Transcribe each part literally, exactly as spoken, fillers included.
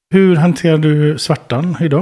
Hur hanterar du svärtan idag?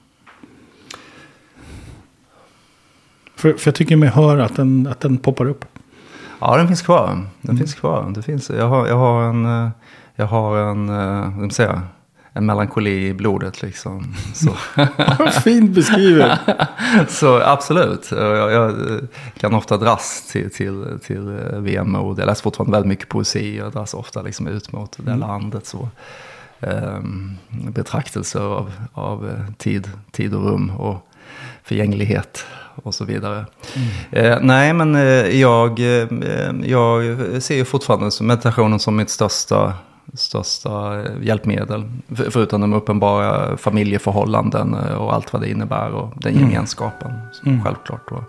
För, för jag tycker mig höra att den, att den poppar upp. Ja, den finns kvar. Den mm. finns kvar. Det finns, jag, har, jag har en, jag har en, vad ska jag säga, en melankoli i blodet liksom. Så. Fint beskrivet. Så absolut. Jag, jag kan ofta dras till, till, till V M-mode. Jag läser fortfarande väldigt mycket poesi. Jag dras ofta liksom ut mot det mm. landet. Så. Um, betraktelser av, av tid, tid och rum och förgänglighet och så vidare. Mm. Uh, nej, men uh, jag, uh, jag ser ju fortfarande meditationen som mitt största, största hjälpmedel. För, förutom de uppenbara familjeförhållanden och allt vad det innebär och den mm. gemenskapen. Mm. Självklart då.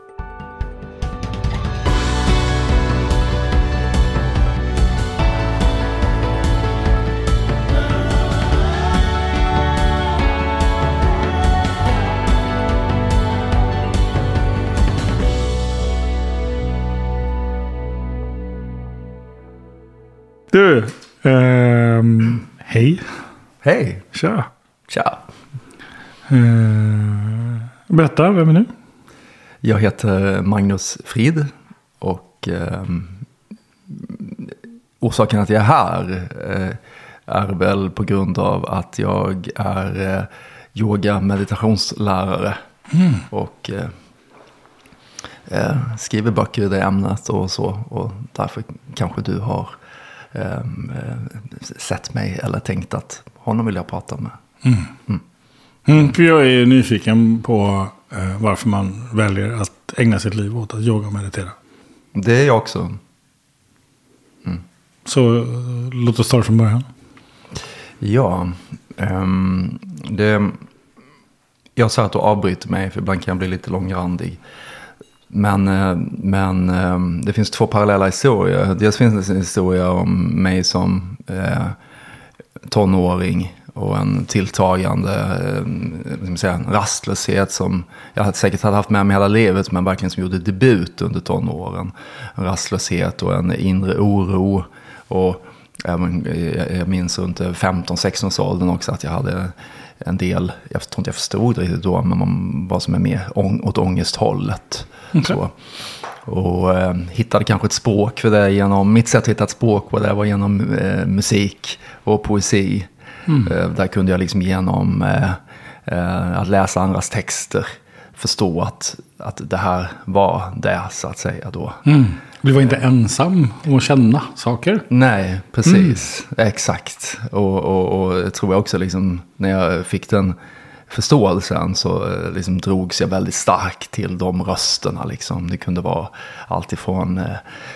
Du, um, hej. Hej. Tja. Tja. Uh, berätta, vem är du? Jag heter Magnus Frid och um, orsaken att jag är här uh, är väl på grund av att jag är uh, yoga-meditationslärare mm. och uh, uh, skriver böcker i det ämnet och så, och därför kanske du har Um, uh, sett mig eller tänkt att honom vill jag prata med. Mm. Mm. Mm, för jag är nyfiken på uh, varför man väljer att ägna sitt liv åt att yoga och meditera. Det är jag också. Mm. Så uh, låt oss ta från början. Ja, um, det, jag sa att du avbryter mig för ibland kan jag bli lite långrandig. Men, men det finns två parallella historier. Dels finns det en historia om mig som eh, tonåring och en tilltagande eh, säga, en rastlöshet som jag säkert hade haft med mig hela livet, men verkligen som gjorde debut under tonåren. En rastlöshet och en inre oro. Och även, jag minns runt femton sexton års åldern också att jag hade en del, jag tror inte jag förstod det riktigt då, men man, vad som är mer ång, åt ångesthållet. Okay. Så. Och eh, hittade kanske ett språk för det genom, mitt sätt att hitta ett språk på det var genom eh, musik och poesi. Mm. Eh, där kunde jag liksom genom eh, eh, att läsa andras texter förstå att, att det här var det, så att säga då. Mm. Du var inte ensam om att känna saker? Nej, precis. Mm. Exakt. Och, och, och jag tror jag också liksom, när jag fick den förståelsen så liksom drogs jag väldigt starkt till de rösterna. Liksom. Det kunde vara allt ifrån eh,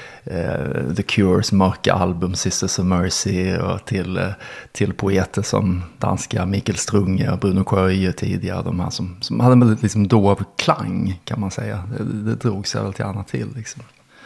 eh, The Cures mörka album Sisters of Mercy och till, eh, till poeter som danska Mikael Strunge och Bruno Sjöje tidigare. De här som, som hade en väldigt liksom dov klang, kan man säga. Det, det drogs jag väl till annat till liksom.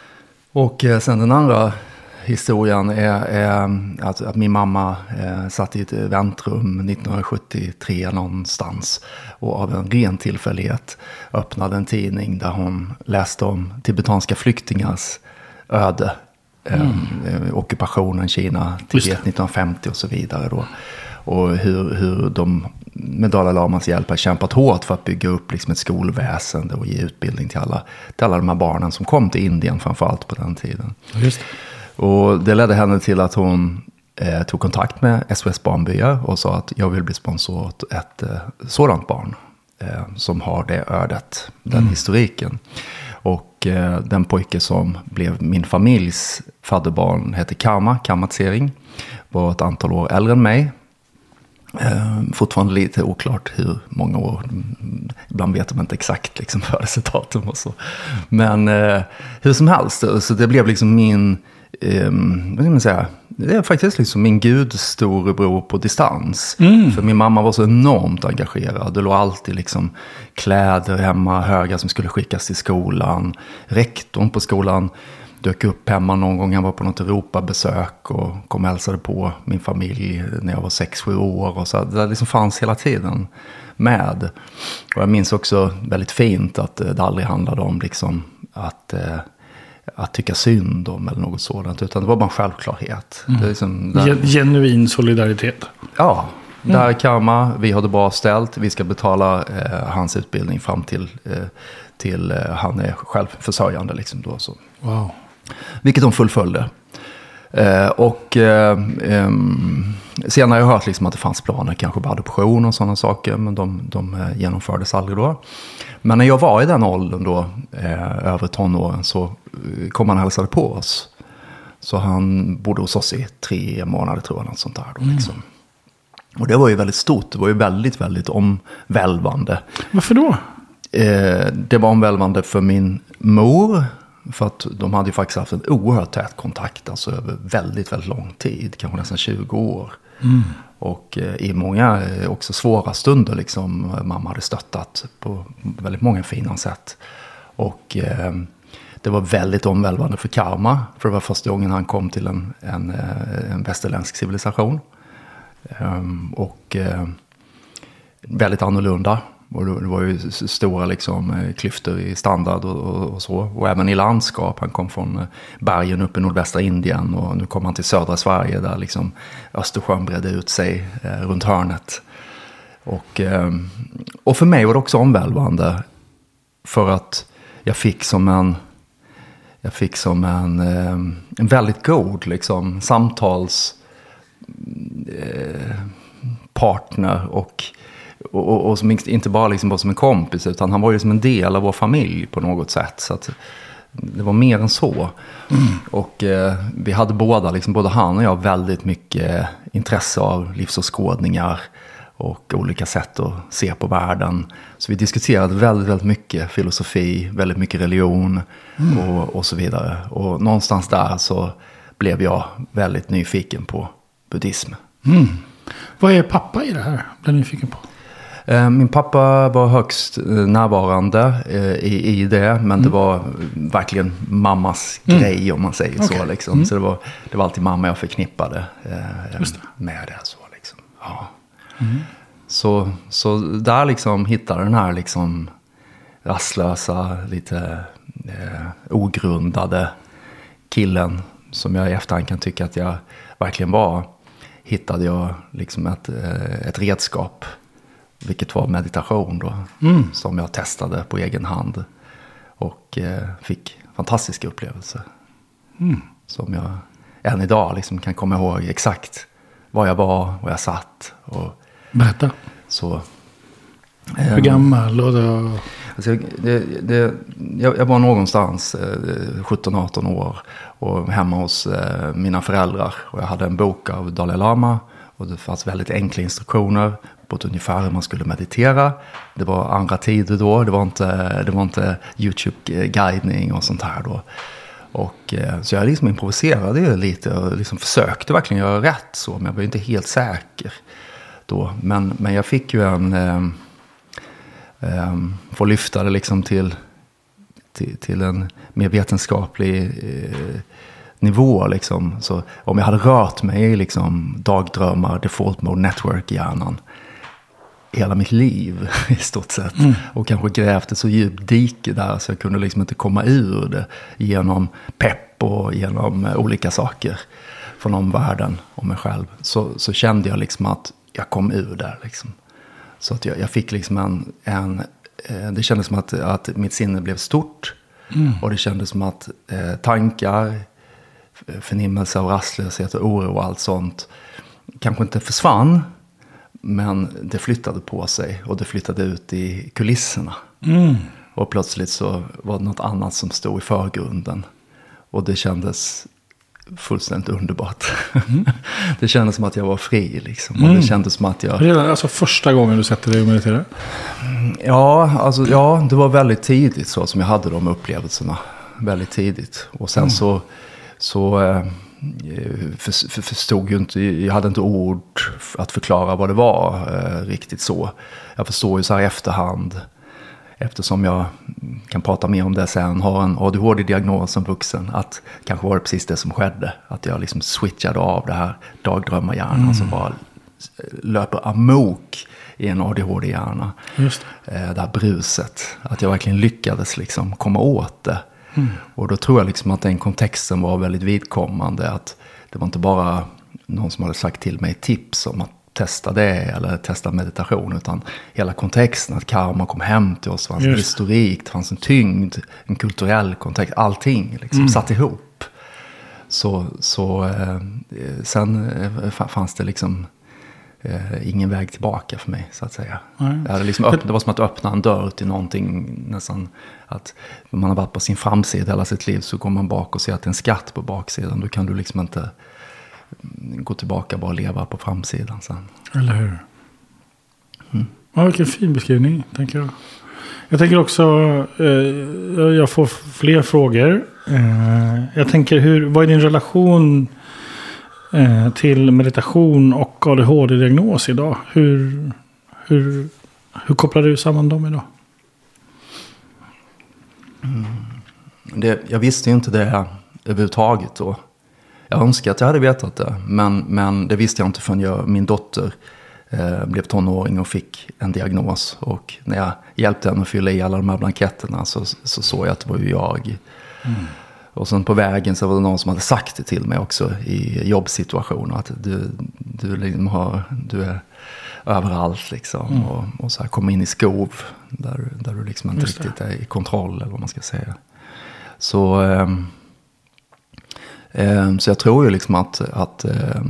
Och eh, sen den andra historien är, är att, att min mamma eh, satt i ett väntrum nittonhundrasjuttiotre någonstans och av en ren tillfällighet öppnade en tidning där hon läste om tibetanska flyktingars öde. Mm. Eh, ockupationen Kina, Tibet nittonhundrafemtio och så vidare då. Och hur, hur de med Dalai Lamas hjälp har kämpat hårt för att bygga upp liksom ett skolväsende och ge utbildning till alla, till alla de här barnen som kom till Indien framförallt på den tiden. Just. Och det ledde henne till att hon eh, tog kontakt med S O S Barnbyar och sa att jag vill bli sponsor åt ett eh, sådant barn eh, som har det ödet, den mm. historiken. Och eh, den pojke som blev min familjs fadderbarn heter Kama, Kamatsering, var ett antal år äldre än mig. Eh, fortfarande lite oklart hur många år, ibland vet de inte exakt liksom födelsedatum och så. Men eh, hur som helst, så det blev liksom min, eh, vad ska man säga, det är faktiskt liksom min gudstorebror på distans. Mm. För min mamma var så enormt engagerad. Det låg alltid liksom kläder hemma, höga som skulle skickas till skolan. Rektorn på skolan dök upp hemma någon gång. Han var på något Europabesök och kom och hälsade på min familj när jag var sex sju år. Och så. Det liksom fanns hela tiden med. Och jag minns också väldigt fint att det aldrig handlade om liksom att, att tycka synd om eller något sådant. Utan det var bara en självklarhet. Mm. Det är liksom, det... Genuin solidaritet. Ja, Det här är karma, vi har det bra ställt. Vi ska betala eh, hans utbildning fram till, eh, till eh, han är självförsörjande. Liksom då, så. Wow. Vilket de fullföljde. Eh, och eh, eh, senare har jag hört liksom att det fanns planer, kanske på adoption och sådana saker. Men de, de eh, genomfördes aldrig då. Men när jag var i den åldern då, eh, över tonåren, så eh, kom han och hälsade på oss. Så han bodde hos oss i tre månader tror jag, något sånt där då liksom. Mm. Och det var ju väldigt stort, det var ju väldigt, väldigt omvälvande. Varför då? Eh, det var omvälvande för min mor. För att de hade ju faktiskt haft en oerhört tät kontakt. Alltså över väldigt, väldigt lång tid. Kanske nästan tjugo år. Mm. Och eh, i många eh, också svåra stunder liksom. Mamma hade stöttat på väldigt många fina sätt. Och eh, det var väldigt omvälvande för karma. För det var första gången han kom till en, en, en västerländsk civilisation. Um, och uh, väldigt annorlunda. Och det, det var ju stora liksom, klyftor i standard och, och, och så. Och även i landskap. Han kom från uh, bergen uppe i nordvästra Indien. Och nu kom han till södra Sverige där liksom Östersjön bredde ut sig uh, runt hörnet. Och, uh, och för mig var det också omvälvande. För att jag fick som en... Jag fick som en, uh, en väldigt god liksom, samtals... partner och, och, och som inte bara liksom var som en kompis, utan han var ju som en del av vår familj på något sätt, så att det var mer än så. Mm. Och eh, vi hade båda, liksom, både han och jag, väldigt mycket intresse av livsåskådningar och olika sätt att se på världen. Så vi diskuterade väldigt, väldigt mycket filosofi, väldigt mycket religion mm. och, och så vidare. Och någonstans där så blev jag väldigt nyfiken på buddhism. Mm. Vad är pappa i det här? Blir nyfiken på? Min pappa var högst närvarande i, i det. Men mm. det var verkligen mammas mm. grej, om man säger okay. så. Liksom. Mm. Så det var, det var alltid mamma jag förknippade eh, med det. Så, liksom. Ja. Mm. så, så där liksom hittade den här liksom rastlösa, lite eh, ogrundade killen, som jag i efterhand kan tycka att jag verkligen var, hittade jag liksom ett, ett redskap, vilket var meditation då, mm. som jag testade på egen hand och eh, fick fantastiska upplevelser. Mm. Som jag än idag liksom kan komma ihåg exakt var jag var, var jag satt. Och berätta. Så, Hur eh, gammal? Och då... alltså, det, det, jag, jag var någonstans eh, sjutton arton år och hemma hos eh, mina föräldrar. Och jag hade en bok av Dalai Lama. Och det fanns väldigt enkla instruktioner på ett ungefär hur man skulle meditera. Det var andra tider då. Det var inte, det var inte YouTube-guidning och sånt här då. Och, eh, så jag liksom improviserade ju lite och liksom försökte verkligen göra rätt så. Men jag var inte helt säker då. Men, men jag fick ju en... Eh, eh, få lyfta det liksom till... Till, till en mer vetenskaplig eh, nivå liksom. Så om jag hade rört mig i liksom dagdrömmar, default mode network i hjärnan hela mitt liv i stort sett. Mm. Och kanske grävt ett så djupt dike där så jag kunde liksom inte komma ur det genom pepp och genom olika saker från omvärlden och mig själv. Så, så kände jag liksom att jag kom ur där liksom. Så att jag, jag fick liksom en... en det kändes som att, att mitt sinne blev stort. Mm. Och det kändes som att eh, tankar, förnimmelse och rastlöshet och oro och allt sånt kanske inte försvann. Men det flyttade på sig och det flyttade ut i kulisserna. Mm. Och plötsligt så var det något annat som stod i förgrunden. Och det kändes fullständigt underbart. Mm. Det kändes som att jag var fri liksom. Mm. Och det kändes som att jag... Redan alltså första gången du sätter dig och mediterar? Ja, alltså, ja, det var väldigt tidigt så som jag hade de upplevelserna. Väldigt tidigt. Och sen mm. så, så eh, för, för, förstod ju inte, jag hade inte ord att förklara vad det var eh, riktigt så. Jag förstår ju så här i efterhand, eftersom jag kan prata mer om det sen, har en A D H D-diagnos som vuxen, att kanske var det precis det som skedde. Att jag liksom switchade av det här dagdrömmarhjärnan mm. som bara löper amok i en A D H D-hjärna. Just det. Det här bruset. Att jag verkligen lyckades liksom komma åt det. Mm. Och då tror jag liksom att den kontexten var väldigt vidkommande. Att det var inte bara någon som hade sagt till mig tips om att testa det eller testa meditation, utan hela kontexten, att karma kom hem till oss, det fanns en historik, det fanns en tyngd, en kulturell kontext, allting liksom mm. satt ihop. Så, så eh, sen eh, fanns det liksom eh, ingen väg tillbaka för mig, så att säga. Mm. Jag hade liksom öppna, det var som att öppna en dörr till någonting, nästan att man har varit på sin framsida hela sitt liv, så går man bak och ser att det är en skatt på baksidan. Då kan du liksom inte gå tillbaka och bara leva på framsidan sen. Eller hur? Mm. Ja, vilken fin beskrivning, tänker jag. Jag tänker också, eh, jag får fler frågor. Eh, jag tänker, hur, vad är din relation eh, till meditation och A D H D-diagnos idag? Hur, hur, hur kopplar du samman dem idag? Mm. Det, jag visste ju inte det överhuvudtaget då. Jag önskar att jag hade vetat det, men, men det visste jag inte förrän jag, min dotter eh, blev tonåring och fick en diagnos. Och när jag hjälpte henne att fylla i alla de här blanketterna så, så såg jag att det var ju jag. Mm. Och sen på vägen så var det någon som hade sagt det till mig också i jobbsituationer, att du, du, liksom har, du är överallt liksom. Mm. Och, och så här kom in i skov där, där du liksom inte riktigt är i kontroll, eller vad man ska säga. Så... Eh, Så jag tror ju liksom att, att äh,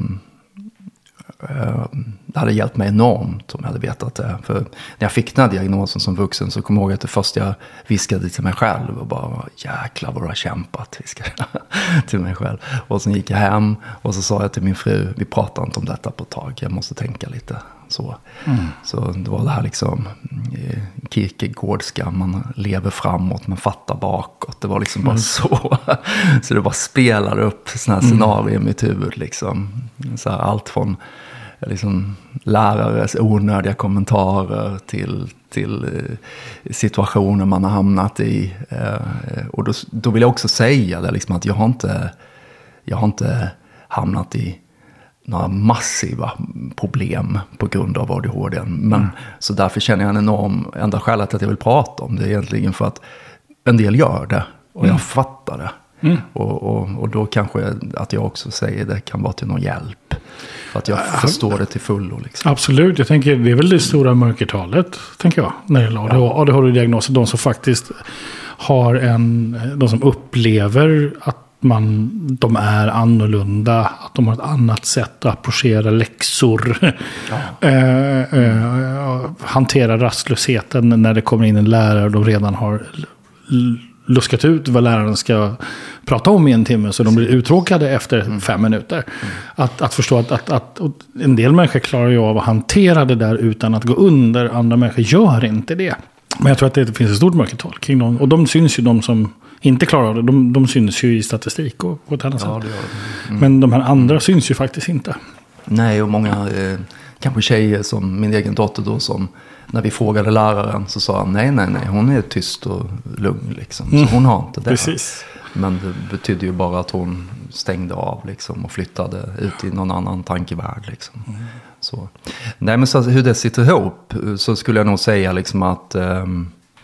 äh, det hade hjälpt mig enormt om jag hade vetat det. För när jag fick den här diagnosen som vuxen så kom jag ihåg att det första jag viskade till mig själv och bara, jäklar vad du har kämpat, viskade jag till mig själv. Och sen gick jag hem och så sa jag till min fru, vi pratar inte om detta på ett tag, jag måste tänka lite. Så, mm. så det var det här liksom Kierkegaardska, man lever framåt men fattar bakåt. Det var liksom bara mm. så. Så det bara spelade upp sådana här scenarier mm. i mitt huvud liksom. Så här, allt från liksom lärares onödiga kommentarer till, till situationer man har hamnat i. Och då, då vill jag också säga det liksom, att jag har inte jag har inte hamnat i några massiva problem på grund av A D H D. Men mm. så därför känner jag en enorm, enda skälet att jag vill prata om det är egentligen för att en del gör det och mm. jag fattar det. Mm. Och, och, och då kanske att jag också säger det kan vara till någon hjälp. För att jag ja, förstår det till fullo. Liksom. Absolut, jag tänker det är väl det stora mörkertalet, tänker jag, när det gäller ja. A D H D-diagnoser. De som faktiskt har en, de som upplever att man, de är annorlunda, att de har ett annat sätt att approchera läxor, ja. eh, eh, hantera rastlösheten när det kommer in en lärare och de redan har luskat ut vad läraren ska prata om i en timme så de blir uttråkade efter mm. fem minuter. Mm. Att, att förstå att, att, att en del människor klarar ju av att hantera det där utan att gå under, andra människor gör inte det. Men jag tror att det finns ett stort mörkertal kring dem, och de syns ju, de som inte klarar av det, de, de syns ju i statistik och på ett annat ja, sätt. Mm. Men de här andra syns ju faktiskt inte. Nej, och många, eh, kanske tjejer som min egen dotter då, som när vi frågade läraren så sa han, nej, nej, nej, hon är tyst och lugn liksom. Så mm. hon har inte det. Precis. Men det betyder ju bara att hon stängde av liksom och flyttade ut i någon annan tankevärld liksom. Mm. Så. Nej, men så, hur det sitter ihop så skulle jag nog säga liksom att... Um,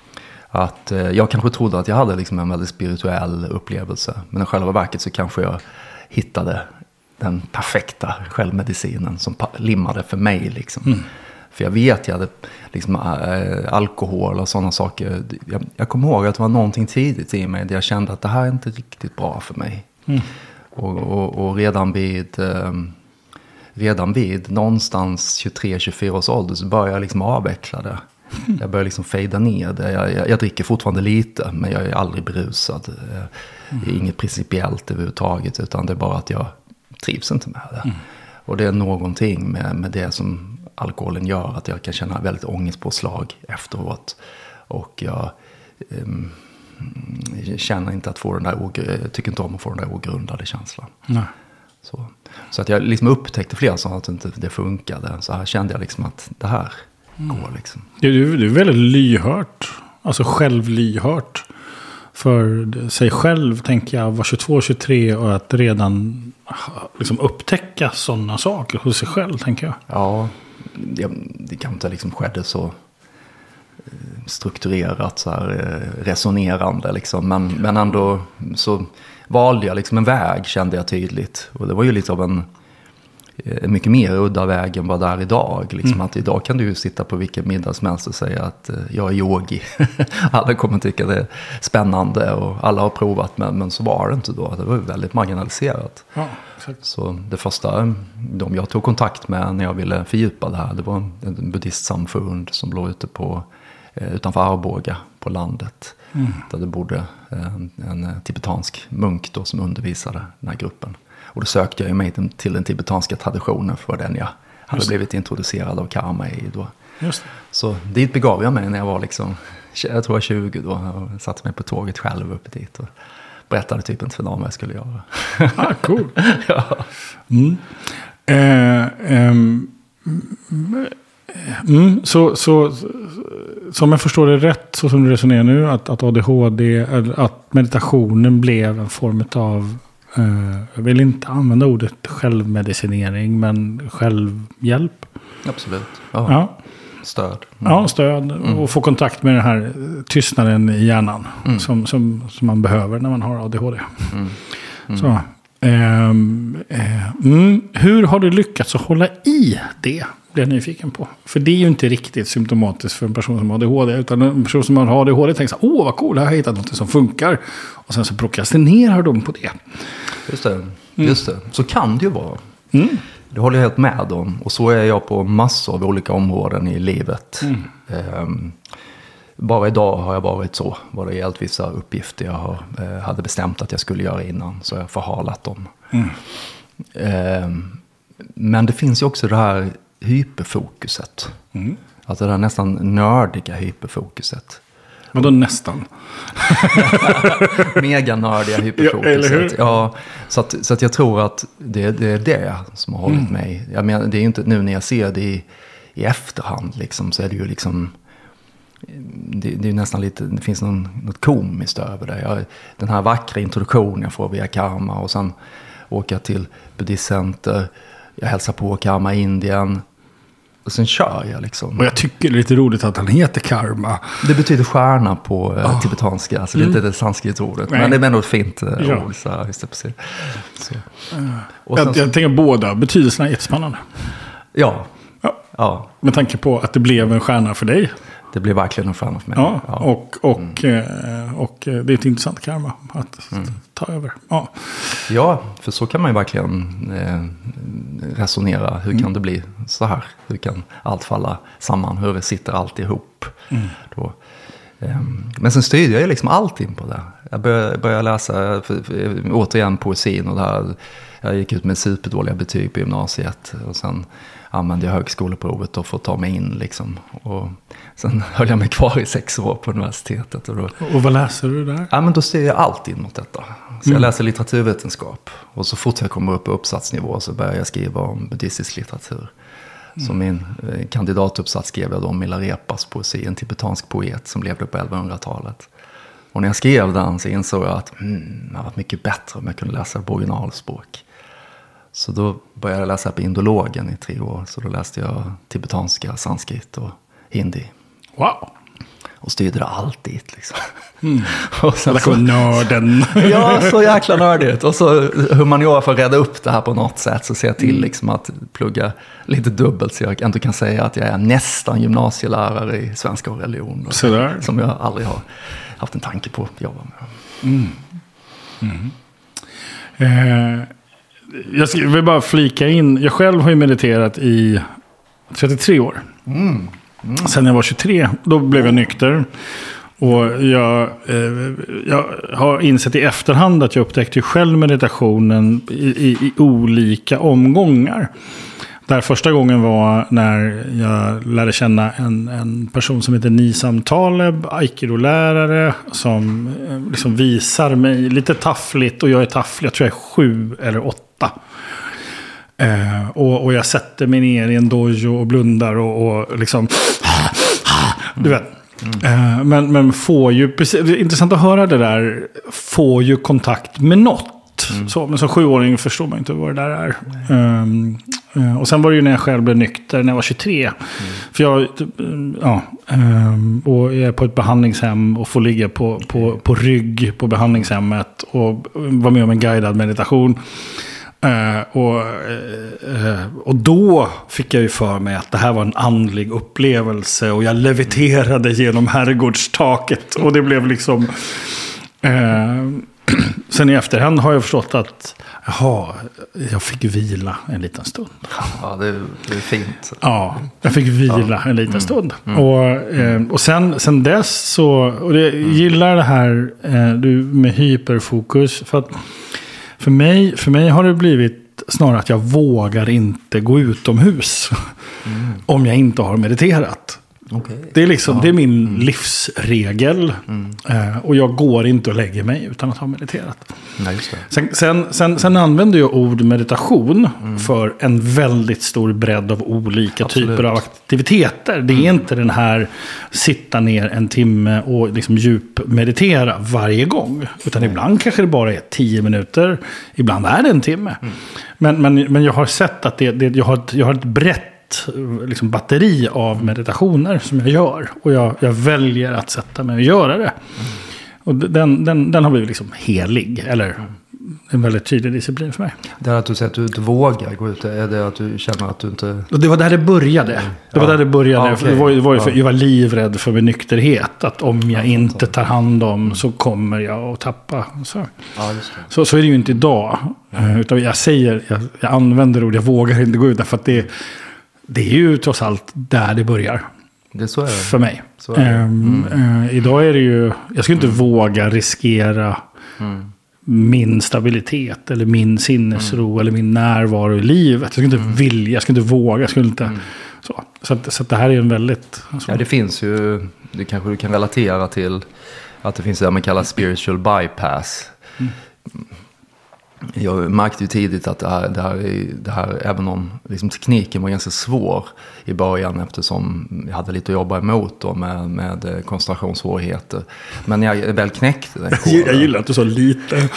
Att eh, jag kanske trodde att jag hade liksom en väldigt spirituell upplevelse. Men i själva verket så kanske jag hittade den perfekta självmedicinen som pa- limmade för mig. Liksom. Mm. För jag vet, jag hade liksom, äh, alkohol och sådana saker. Jag, jag kommer ihåg att det var någonting tidigt i mig där jag kände att det här är inte riktigt bra för mig. Mm. Och, och, och redan vid... Eh, redan vid någonstans tjugotre till tjugofyra års ålder så började jag liksom avveckla det. Jag börjar liksom fejda ner det. Jag, jag, jag dricker fortfarande lite, men jag är aldrig berusad. Det är inget principiellt överhuvudtaget, utan det är bara att jag trivs inte med det. Mm. Och det är någonting med, med det som alkoholen gör, att jag kan känna väldigt ångestpåslag efteråt. Och jag um, känner inte att få den där, ogr- tycker inte om att få den där ogrundade känslan. Nej. Så, så att jag liksom upptäckte flera saker att inte det funkade. Så här kände jag liksom att det här mm. går liksom. Det är, det är väldigt lyhört. Alltså självlyhört. För sig själv tänker jag var tjugotvå tjugotre och att redan liksom upptäcka sådana saker hos sig själv tänker jag. Ja, det, det kan inte liksom skedde så strukturerat så här resonerande liksom. Men, men ändå så valde jag liksom en väg, kände jag tydligt. Och det var ju lite av en är mycket mer udda väg än vad det är idag. Liksom mm. att idag kan du ju sitta på vilken middag som helst och säga att uh, jag är yogi. Alla kommer tycka det är spännande och alla har provat, men, men så var det inte då. Det var väldigt marginaliserat. Ja, exakt. Så det första de jag tog kontakt med när jag ville fördjupa det här, det var en, en buddhistsamfund som låg ute på, uh, utanför Arboga på landet. Mm. Där det bodde en, en tibetansk munk då som undervisade den här gruppen. Och då sökte jag mig till den tibetanska traditionen för den jag hade blivit introducerad av karma i då. Just det. Så dit begav jag mig när jag var liksom, jag tror jag tjugo då. Och satte mig på tåget själv upp dit och berättade typ inte för någon vad jag skulle göra. Ah, cool. Ja. Mm. Eh, um, mm, så, så, som jag förstår det rätt, så som du resonerar nu, att, att A D H D, eller att meditationen blev en form av, eh, jag vill inte använda ordet självmedicinering, men självhjälp. Absolut. Ja. Ja. Stöd. Mm. Ja, stöd. Mm. Och få kontakt med den här tystnaden i hjärnan mm. som, som, som man behöver när man har A D H D. Mm. Mm. Så. Um, uh, mm. Hur har du lyckats att hålla i det? Det är jag nyfiken på. För det är ju inte riktigt symptomatiskt för en person som har A D H D. Utan en person som har A D H D tänker så här, åh vad cool, jag har hittat något som funkar. Och sen så prokrastinerar de på det. Just det, just det. Så kan det ju vara. Mm. Det håller jag helt med om. Och så är jag på massor av olika områden i livet. Mm. Um, bara idag har jag varit så. Vad det gällt vissa uppgifter jag har, eh, hade bestämt att jag skulle göra innan. Så jag har förhalat dem. Mm. Um, men det finns ju också det här hyperfokuset. Mm. Alltså det här nästan nördiga hyperfokuset. Vadå nästan? Mega nördiga hyperfokuset. Ja, ja, så, att, så att jag tror att det, det är det som har hållit mm. mig. Jag menar, det är ju inte nu när jag ser det i, i efterhand liksom, så är det ju liksom det, det är nästan lite, det finns någon, något komiskt över det. Jag, den här vackra introduktionen jag får via karma och sen åka till buddhistcenter. Jag hälsar på karma i Indien. Och sen kör jag liksom. Och jag tycker det är lite roligt att han heter karma. Det betyder stjärna på oh. tibetanska. Alltså mm. det är inte det sanskritordet. Men det är ändå ett fint ja. ord. Så, just det, precis. Så. Och jag, så, jag tänker båda betydelserna är jättespännande. Ja. ja. ja. Med tanke på att det blev en stjärna för dig. Det blev verkligen en stjärna för mig. Ja, ja. Och, och, mm. och det är ett intressant karma att mm. ta över. Ja. ja, för så kan man ju verkligen eh, resonera. Hur mm. kan det bli så här? Hur kan allt falla samman? Hur sitter allt ihop? Mm. Då, eh, men sen styrde jag ju liksom allt in på det. Jag började, började läsa, för, för, återigen poesin och det här. Jag gick ut med superdåliga betyg på gymnasiet och sen använde jag högskoleprovet och få ta mig in liksom. Och sen höll jag mig kvar i sex år på universitetet. Och, då, och vad läser du där? Ja, men då ser jag allt in mot detta. Så mm. jag läser litteraturvetenskap. Och så fort jag kommer upp på uppsatsnivå så börjar jag skriva om buddhistisk litteratur. Mm. Så min eh, kandidatuppsats skrev jag då om Milarepas poesi, en tibetansk poet som levde på elvahundratalet. Och när jag skrev den så insåg jag att mm, det var mycket bättre om jag kunde läsa på originalspråk. Så då började jag läsa på indologen i tre år. Så då läste jag tibetanska, sanskrit och hindi. Wow! Och styrde allt dit liksom. Mm. Och sen där kom nörden. Ja, så jäkla nördigt. Och så humaniora för att rädda upp det här på något sätt. Så ser jag till liksom att plugga lite dubbelt. Så jag ändå kan säga att jag är nästan gymnasielärare i svenska och religion. Så där. Som jag aldrig har haft en tanke på att jobba med. Mm. Mm. Eh. Jag vill bara flika in. Jag själv har ju mediterat i trettiotre år. Mm. Mm. Sen jag var tjugotre, då blev jag nykter. Och jag, eh, jag har insett i efterhand att jag upptäckte själv meditationen i, i, i olika omgångar. Där första gången var när jag lärde känna en, en person som heter Nisam Taleb, aikido-lärare, som eh, liksom visar mig lite taffligt, och jag är tafflig, jag tror jag är sju eller åtta. Eh, och, och jag sätter mig ner i en dojo och blundar och, och liksom, du vet. Mm. Eh, men, men får ju, precis, det är intressant att höra det där, får ju kontakt med något. Mm. Så, men som sjuåring förstår man inte vad det där är. Um, uh, och sen var det ju när jag själv blev nykter när jag var tjugotre. Mm. För jag, ja, um, och jag är på ett behandlingshem och får ligga på, på, på rygg på behandlingshemmet och vara med om en guidad meditation. Eh, och, eh, och då fick jag ju för mig att det här var en andlig upplevelse. Och jag leviterade genom herrgårdstaket. Och det blev liksom... Eh, sen i efterhand har jag förstått att jaha, jag fick vila en liten stund. Ja, det, det är fint. Ja, jag fick vila ja. en liten stund. Mm. Och, eh, och sen, sen dess så... Och jag gillar det här eh, du, med hyperfokus. För att för mig, för mig har det blivit snarare att jag vågar inte gå utomhus. Mm. Om jag inte har mediterat. Okay. Det är liksom, det är min mm. livsregel. Mm. Eh, och jag går inte och lägger mig utan att ha mediterat. Nej, just det. Sen, sen, sen, sen använder jag ord meditation mm. för en väldigt stor bredd av olika Absolut. typer av aktiviteter. Det är mm. inte den här sitta ner en timme och liksom djup meditera varje gång. Utan Nej. ibland kanske det bara är tio minuter. Ibland är det en timme. Mm. Men, men, men jag har sett att det, det, jag, har, jag har ett brett liksom batteri av meditationer som jag gör. Och jag, jag väljer att sätta mig och göra det. Mm. Och den, den, den har blivit liksom helig. Eller en väldigt tydlig disciplin för mig. Det är att du säger att du inte vågar gå ut. Är det att du känner att du inte... Och det var där det började. Det ja. var där det började. Ja, okay. det var, det var ju för, jag var livrädd för min nykterhet. Att om jag inte tar hand om så kommer jag att tappa. Så, ja, just det. så, så är det ju inte idag. Mm. Utan jag säger, jag, jag använder ord, jag vågar inte gå ut. Därför att det Det är ju trots allt där det börjar. Det så är det. För mig. Så är det. Mm. Uh, idag är det ju... Jag skulle inte mm. våga riskera mm. min stabilitet. Eller min sinnesro. Mm. Eller min närvaro i livet. Jag skulle inte mm. vilja. Jag skulle inte våga. Jag skulle inte... Mm. Så, så, att, så att det här är en väldigt... Alltså. Ja, det finns ju... Det kanske du kan relatera till. Att det finns det man kallar spiritual bypass. Mm. Jag märkte ju tidigt att det här, det här, det här även om liksom tekniken var ganska svår i början eftersom jag hade lite att jobba emot då med, med koncentrationssvårigheter. Men jag väl knäckte den. Jag gillar att du sa lite.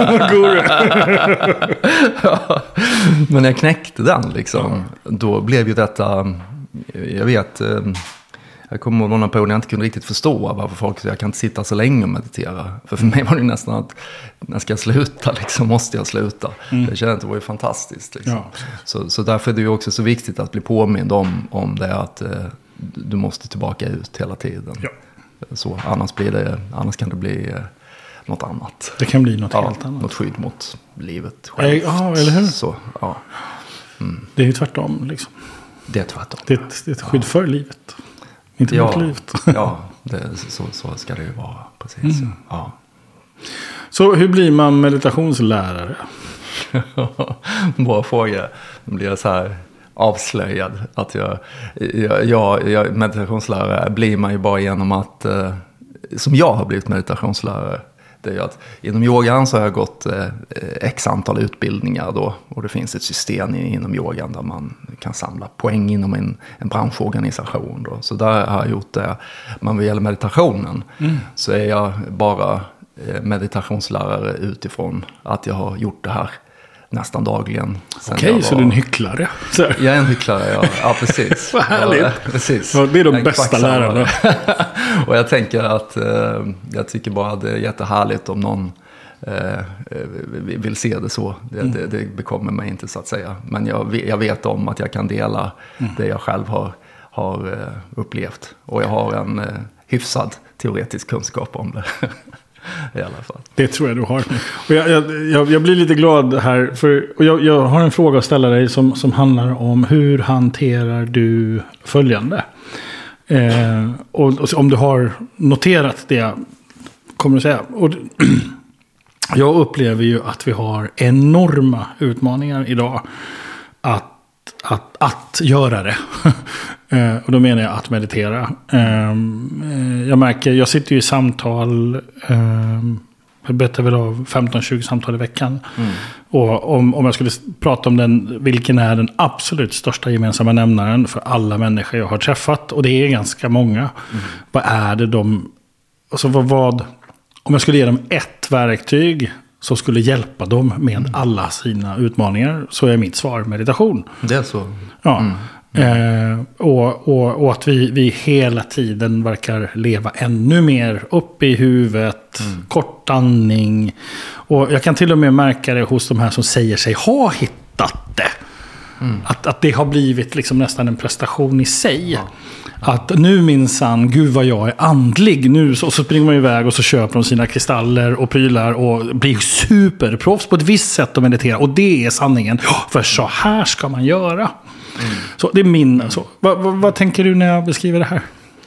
Ja, men jag knäckte den liksom. Då blev ju detta, jag vet... Jag kommer ihåg någon period när jag inte kunde riktigt förstå varför folk säger jag kan inte sitta så länge och meditera. För för mig var det nästan att när ska jag sluta liksom, måste jag sluta. Mm. Jag kände att det var ju fantastiskt. Liksom. Ja, så, så därför är det ju också så viktigt att bli påmind om, om det att eh, du måste tillbaka ut hela tiden. Ja. Så, annars, blir det, annars kan det bli eh, något annat. Det kan bli något ja, helt annat. Något skydd mot livet själv. Ja, eller hur? Så, ja. Mm. Det är ju tvärtom liksom. Det är tvärtom. Det är ett, det är ett skydd ja. för livet. Inte ja, mot livet. Ja, det, så, så ska det ju vara. Precis. Mm. Ja. Så hur blir man meditationslärare? Bra fråga. Då blir jag så här avslöjad. Att jag, jag, jag, jag meditationslärare blir man ju bara genom att, eh, som jag har blivit meditationslärare. Det är att inom yogan så har jag gått eh, x antal utbildningar då. Och det finns ett system inom yogan där man kan samla poäng inom en, en branschorganisation då. Så där har jag gjort det. Men vad gäller meditationen mm. så är jag bara eh, meditationslärare utifrån att jag har gjort det här nästan dagligen. Okej, okay, så du är en hycklare? Så. Jag är en hycklare, ja. Ja, precis. Vad härligt. Ja, precis. Det är de bästa lärarna. Och jag tänker att eh, jag tycker bara att det är jättehärligt om någon eh, vill se det så. Det, mm. det, det bekommer mig inte så att säga. Men jag, jag vet om att jag kan dela mm. det jag själv har, har eh, upplevt. Och jag har en eh, hyfsad teoretisk kunskap om det. I alla fall. Det tror jag du har. Och jag, jag, jag blir lite glad här. För, och jag, jag har en fråga att ställa dig som, som handlar om hur hanterar du följande? Eh, och, och om du har noterat det kommer du säga. Och, jag upplever ju att vi har enorma utmaningar idag att, att, att göra det. Uh, och då menar jag att meditera. Uh, jag märker, jag sitter ju i samtal, uh, jag berättar väl av femton tjugo samtal i veckan. Mm. Och om, om jag skulle prata om den, vilken är den absolut största gemensamma nämnaren för alla människor jag har träffat. Och det är ganska många. Mm. Vad är det de, alltså vad, vad, om jag skulle ge dem ett verktyg som skulle hjälpa dem med mm. alla sina utmaningar, så är mitt svar meditation. Det är så. Ja. Mm. Mm. Eh, och, och, och att vi, vi hela tiden verkar leva ännu mer upp i huvudet, mm. kort andning. Och jag kan till och med märka det hos de här som säger sig ha hittat det. Mm. Att, att det har blivit liksom nästan en prestation i sig. Ja. Att nu minsann, gud vad jag är andlig. Nu så, så springer man iväg och så köper de sina kristaller och prylar och blir superproffs på ett visst sätt att meditera. Och det är sanningen. För så här ska man göra. Mm. Så det är min. Så. Va, va, vad tänker du när jag beskriver det här?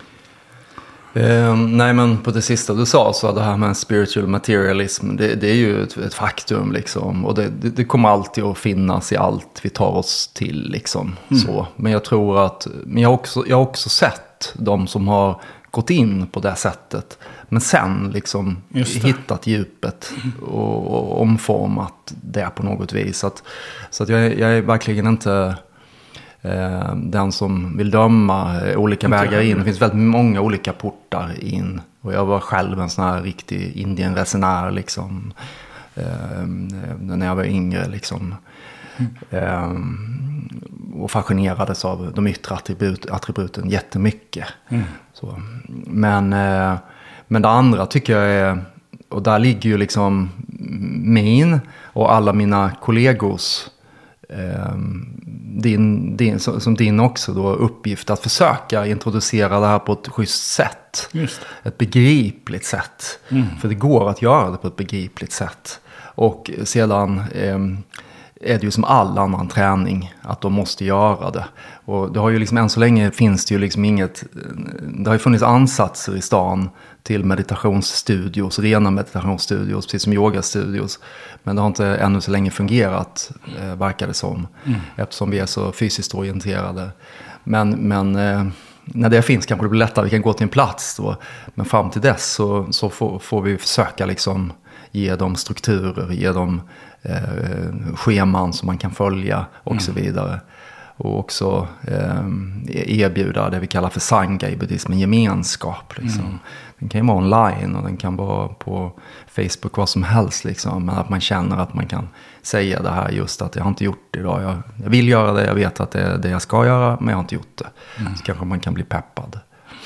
Eh, nej, men på det sista du sa, så det här med spiritual materialism, det, det är ju ett, ett faktum liksom. Och det, det, det kommer alltid att finnas i allt vi tar oss till liksom. Mm. Så. Men jag tror att, men jag har också, jag har också sett de som har gått in på det sättet, men sen liksom hittat djupet och, och omformat det på något vis. Att, så att jag, jag är verkligen inte eh, den som vill döma olika inte vägar in. Det finns väldigt många olika portar in. Och jag var själv en sån här riktig Indien-resenär liksom, eh, när jag var yngre liksom. Mm. Eh, och fascinerades av de yttre attribut, attributen jättemycket. Mm. Så. Men, eh, men det andra tycker jag är, och där ligger ju liksom min och alla mina kollegors, eh, din, din, som din också då, uppgift att försöka introducera det här på ett schysst sätt. Just. Ett begripligt sätt. Mm. För det går att göra det på ett begripligt sätt. Och sedan eh, är det ju som all annan träning att de måste göra det. Och det har ju liksom, än så länge finns det ju liksom inget, det har ju funnits ansatser i stan till meditationsstudios, rena meditationsstudios, precis som yogastudios. Men det har inte ännu så länge fungerat, eh, verkar det som, mm. eftersom vi är så fysiskt orienterade. Men, men eh, när det finns kanske det blir lättare, vi kan gå till en plats då. Men fram till dess så, så får, får vi försöka liksom ge dem strukturer, ge dem eh, scheman som man kan följa och mm. så vidare. Och också eh, erbjuda det vi kallar för sangha i buddhismen, gemenskap. Liksom. Mm. Den kan ju vara online och den kan vara på Facebook, vad som helst. Liksom. Men att man känner att man kan säga det här, just att jag har inte gjort det idag. Jag, jag vill göra det, jag vet att det är det jag ska göra, men jag har inte gjort det. Mm. Så kanske man kan bli peppad.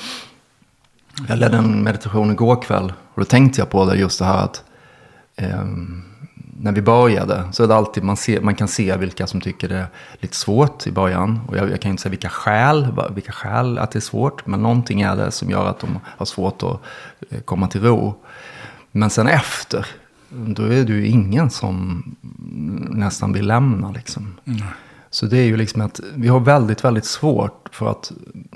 Jag ledde en meditation igår kväll och då tänkte jag på det, just det här att eh, när vi började så är det alltid, man, ser, man kan se vilka som tycker det är lite svårt i början. Och jag, jag kan inte säga vilka skäl, vilka skäl att det är svårt, men någonting är det som gör att de har svårt att komma till ro. Men sen efter, då är det ju ingen som nästan vill lämna liksom. Mm. Så det är ju liksom att vi har väldigt, väldigt svårt för att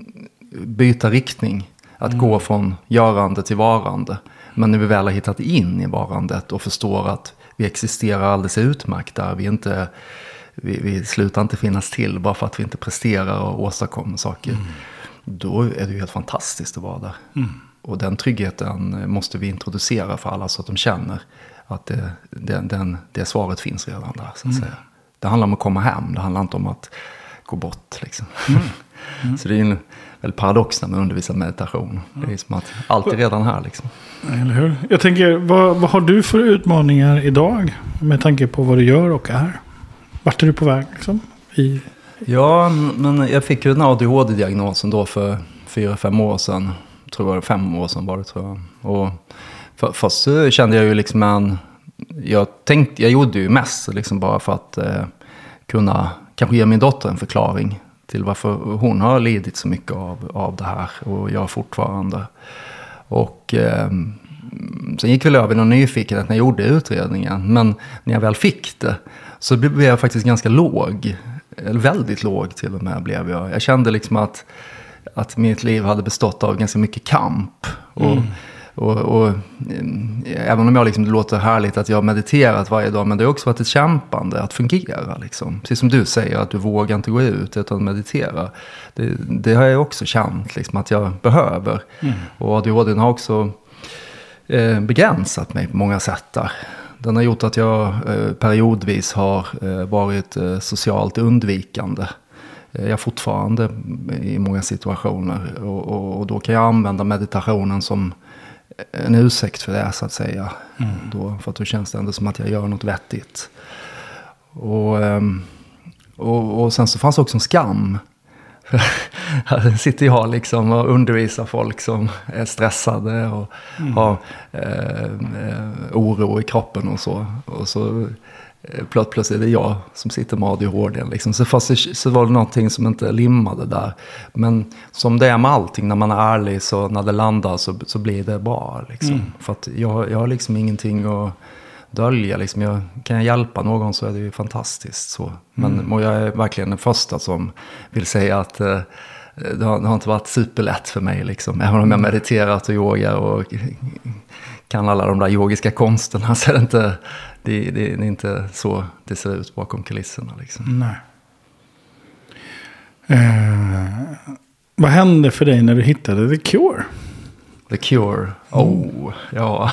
byta riktning. Att mm. gå från görande till varande. Men när vi väl har hittat in i varandet och förstår att vi existerar alldeles utmärkt där. Vi, inte, vi, vi slutar inte finnas till bara för att vi inte presterar och åstadkommer saker. Mm. Då är det ju helt fantastiskt att vara där. Mm. Och den tryggheten måste vi introducera för alla så att de känner att det, det, den, det svaret finns redan där. Så att mm. säga. Det handlar om att komma hem. Det handlar inte om att gå bort. Liksom. Mm. Mm. Så det är ju en väldigt paradox när man undervisar meditation. Det är som att allt är redan här. Liksom. Eller hur? Jag tänker, vad, vad har du för utmaningar idag med tanke på vad du gör och är? Vart är du på väg? Liksom, i... Ja, men jag fick ju den här A D H D-diagnosen då för fyra, fem år sedan. Tror jag, fem år sedan var det, tror jag. Och för, först så kände jag ju liksom en... Jag, tänkte, jag gjorde ju mest liksom bara för att eh, kunna kanske ge min dotter en förklaring till varför hon har lidit så mycket av, av det här och jag fortfarande. Och eh, sen gick vi över någon nyfikenhet när jag gjorde utredningen. Men när jag väl fick det så blev jag faktiskt ganska låg. Eller väldigt låg till och med blev jag. Jag kände liksom att, att mitt liv hade bestått av ganska mycket kamp. Och, mm. och, och, och även om jag liksom, det låter härligt att jag har mediterat varje dag. Men det har också varit ett kämpande att fungera. Liksom. Precis som du säger, att du vågar inte gå ut utan meditera. Det, det har jag också känt liksom, att jag behöver. Mm. Och A D H D har också eh, begränsat mig på många sätt där. Den har gjort att jag eh, periodvis har eh, varit eh, socialt undvikande. Eh, jag fortfarande i många situationer. Och, och, och då kan jag använda meditationen som en ursäkt för det, så att säga. Mm. Då, för att då känns det ändå som att jag gör något vettigt. Och, och, och sen så fanns också en skam. Här sitter jag liksom och undervisar folk som är stressade och mm. har eh, eh, oro i kroppen och så. Och så eh, plöt, plötsligt är det jag som sitter med A D H D. Liksom. Så, fast det, så var det någonting som inte limmade där. Men som det är med allting, när man är ärlig så när det landar så, så blir det bra. Liksom. Mm. För att jag, jag har liksom ingenting att dölja. Liksom. Jag, kan jag hjälpa någon så är det ju fantastiskt. Så. Men mm. och jag är verkligen den första som vill säga att eh, det, har, det har inte varit superlätt för mig. Liksom. Även om jag mediterat och yoga och kan alla de där yogiska konsterna så är det inte, det, det, det är inte så det ser ut bakom kulisserna. Liksom. Nej. Eh, vad hände för dig när du hittade The Cure? The Cure. Oh, ja.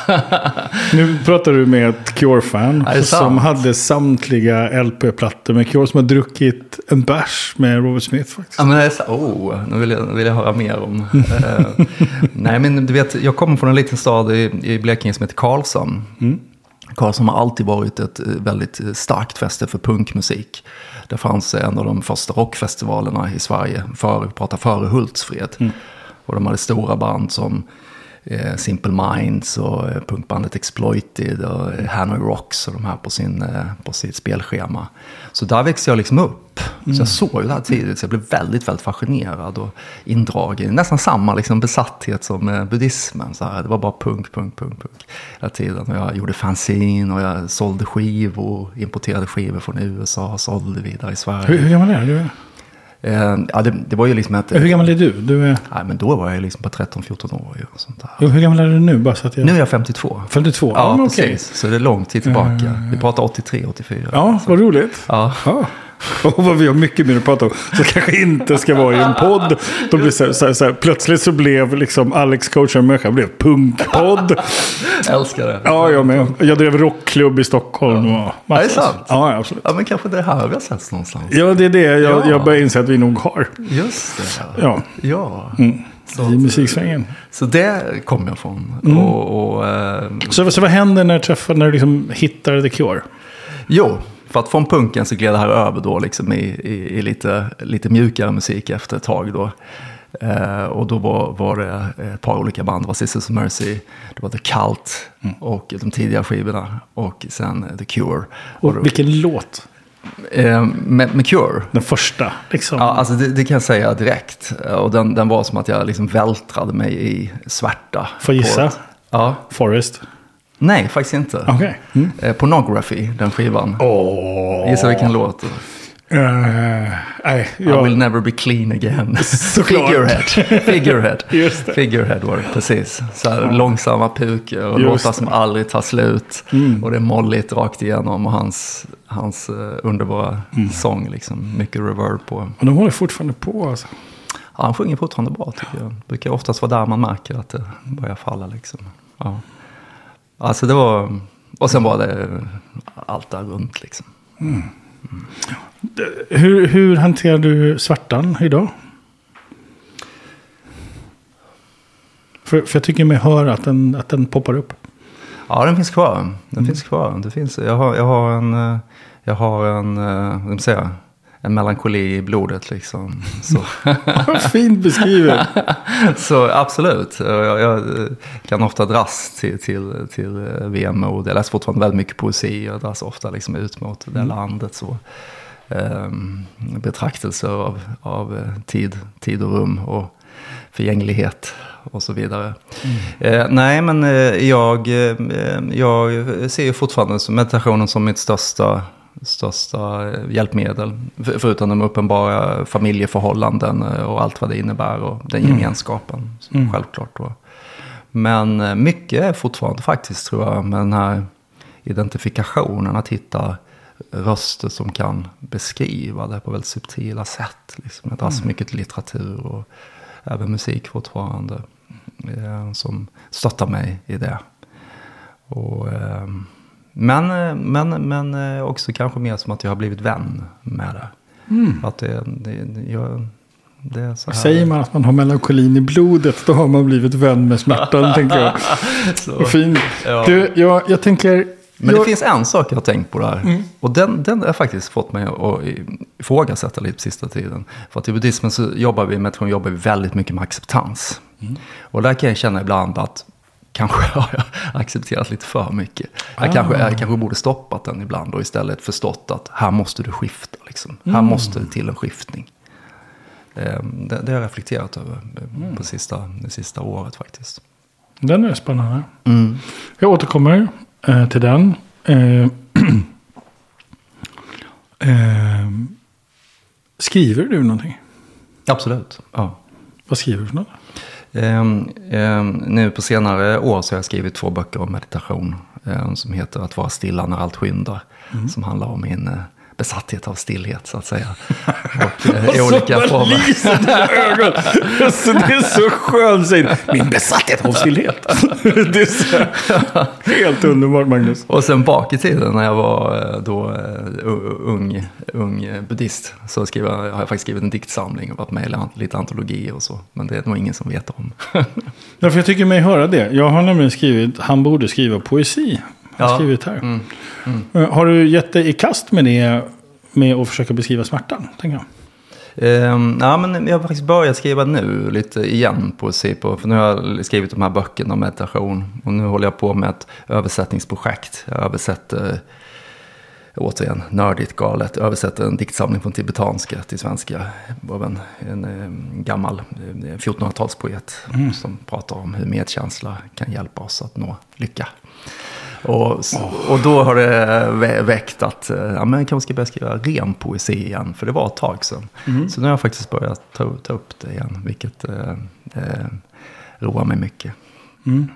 Nu pratar du med ett Cure-fan som hade samtliga L P-plattor med Cure, som har druckit en bärs med Robert Smith faktiskt. Ja, men det är så, oh, nu vill jag, vill jag höra mer om. uh, nej, men du vet, jag kommer från en liten stad i, i Blekinge som heter Karlshamn. Mm. Karlshamn har alltid varit ett väldigt starkt fäste för punkmusik. Det fanns en av de första rockfestivalerna i Sverige, för, pratar före Hultsfred. Mm. Och de hade stora band som eh, Simple Minds och eh, punkbandet Exploited och eh, Hanoi Rocks och de här på, sin, eh, på sitt spelschema. Så där växte jag liksom upp. Mm. Så jag såg ju det här tidigt, så jag blev väldigt, väldigt fascinerad och indragen. Nästan samma liksom, besatthet som eh, buddhismen. Så här. Det var bara punk, punk, punk, punk hela tiden. Och jag gjorde fanzine och jag sålde skivor, importerade skivor från U S A och sålde vidare i Sverige. Hur, hur gammal är du? Eh, ja, det, det var ju liksom ett... Hur gammal är du? du är... Nej, men då var jag liksom på tretton fjorton år. Och sånt där. Jo, hur gammal är du nu? Bara så att jag... Nu är jag femtiotvå. femtiotvå? Ja, ja precis. Okay. Så det är lång tid tillbaka. Uh... Vi pratar åttiotre åttiofyra. Ja, så. Vad roligt. Ja. ja. Och vad vi har mycket mer att prata om. Så kanske inte ska vara i en podd. De blir så här, så här, så här, plötsligt så blev liksom Alex coachar människa blev punkpodd. Älskar det. Ja, jag med. Jag drev rockklubb i Stockholm. Ja. Och är det sant? Ja, absolut. Ja, men kanske det här vi har sett någonstans. Ja, det är det jag, ja. jag börjar inse att vi nog har. Just det. Ja. Ja. Mm. Så, i musiksvängen. Så det kommer jag från. Mm. Och, och, äh... så, så vad händer när du träffar, när du liksom hittar The Cure? Jo. För att från punken så gled det här över då liksom i, i, i lite, lite mjukare musik efter ett tag då. Eh, och då var, var det ett par olika band. Det var Sisters of Mercy, det var The Cult mm. och de tidiga skivorna. Och sen The Cure. Och, och då, vilken låt? Eh, med, med Cure. Den första liksom. Ja, alltså det, det kan jag säga direkt. Och den, den var som att jag liksom vältrade mig i svärta. Får gissa? Ett, ja. Forest? Nej, faktiskt inte. Okay. Mm. Eh, Pornography, den skivan. Oh. Gissa vilken låt? Uh, nej, jag... I will never be clean again. Figurehead. Figurehead. Just det. Figurehead var det, precis. Så här, mm. långsamma puker och låtar som aldrig tar slut. Mm. Och det är molligt rakt igenom och hans, hans uh, underbara mm. sång. Liksom. Mycket reverb på. Och de håller fortfarande på alltså. Ja, han sjunger fortfarande bra tycker jag. Det brukar oftast vara där man märker att det börjar falla liksom. Ja. Alltså det var... Och sen var det allt där runt liksom. Mm. Mm. Hur, hur hanterar du svärtan idag? För, för jag tycker mig höra att den, att den poppar upp. Ja, den finns kvar. Den mm. finns kvar. Det finns, jag, har, jag har en... Jag har en... Vad ska jag säga? En melankoli i blodet liksom. Så. Fint beskrivet. Så absolut. Jag, jag kan ofta dras till, till, till V M-mode. Jag läser fortfarande väldigt mycket poesi. Jag dras ofta liksom ut mot det mm. landet. Så. Um, betraktelser av, av tid, tid och rum och förgänglighet och så vidare. Mm. Uh, nej, men uh, jag, uh, jag ser ju fortfarande meditationen som mitt största största hjälpmedel. För, förutom de uppenbara familjeförhållanden och allt vad det innebär och den gemenskapen. Mm. Självklart då. Men mycket är fortfarande faktiskt tror jag med den här identifikationen att hitta röster som kan beskriva det på väldigt subtila sätt. Liksom. Jag dras mm. mycket till litteratur och även musik fortfarande eh, som stöttar mig i det. Och... Eh, Men, men, men också kanske mer som att jag har blivit vän med det. Mm. Att det, det, jag, det är så här. Säger man att man har melankolin i blodet, då har man blivit vän med smärtan, tänker jag. Så, fint. Ja. Du, jag, jag tänker, Men jag... det finns en sak jag har tänkt på där. Mm. Och den, den har faktiskt fått mig att ifrågasätta lite på sista tiden. För att i buddhismen så jobbar vi, med, jobbar vi väldigt mycket med acceptans. Mm. Och där kan jag känna ibland att kanske har jag accepterat lite för mycket. Jag, ah. kanske, jag kanske borde stoppat den ibland och istället förstått att här måste du skifta. Liksom. Mm. Här måste det till en skiftning. Det, det har jag reflekterat över mm. på sista, det sista året faktiskt. Den är spännande. Mm. Jag återkommer eh, till den. Eh, eh, skriver du någonting? Absolut, ja. Vad skriver du för något? Um, um, nu på senare år så har jag skrivit två böcker om meditation. Um, som heter Att vara stilla när allt skyndar. Mm. Som handlar om min uh, besatthet av stillhet så att säga. Och uh, i olika former. Ögon. Alltså, det är så skönt säger min besatthet av stillhet. Det är så helt underbart, Magnus. Och sen bak i tiden när jag var då uh, ung, ung buddhist så skrev jag, har jag faktiskt skrivit en diktsamling och varit med i lite antologier och så. Men det är nog ingen som vet om. Ja, för jag tycker mig höra det. Jag har nämligen skrivit, han borde skriva poesi. Jag har ja. skrivit här. Mm. Mm. Har du gett dig i kast med det med att försöka beskriva smärtan, tänker jag? Um, ja, men jag har faktiskt börjat skriva nu lite igen poesi på, för nu har jag skrivit de här böckerna om meditation och nu håller jag på med ett översättningsprojekt. Jag översätter, återigen, nördigt galet, översätter en diktsamling från tibetanska till svenska av en, en, en gammal fjortonhundratalspoet mm. som pratar om hur medkänsla kan hjälpa oss att nå lycka. Och, oh. och då har det väckt att ja, men jag kanske ska börja skriva ren poesi igen. För det var ett tag sedan. Mm. Så nu har jag faktiskt börjat ta, ta upp det igen. Vilket eh, eh, roar mig mycket. Mm.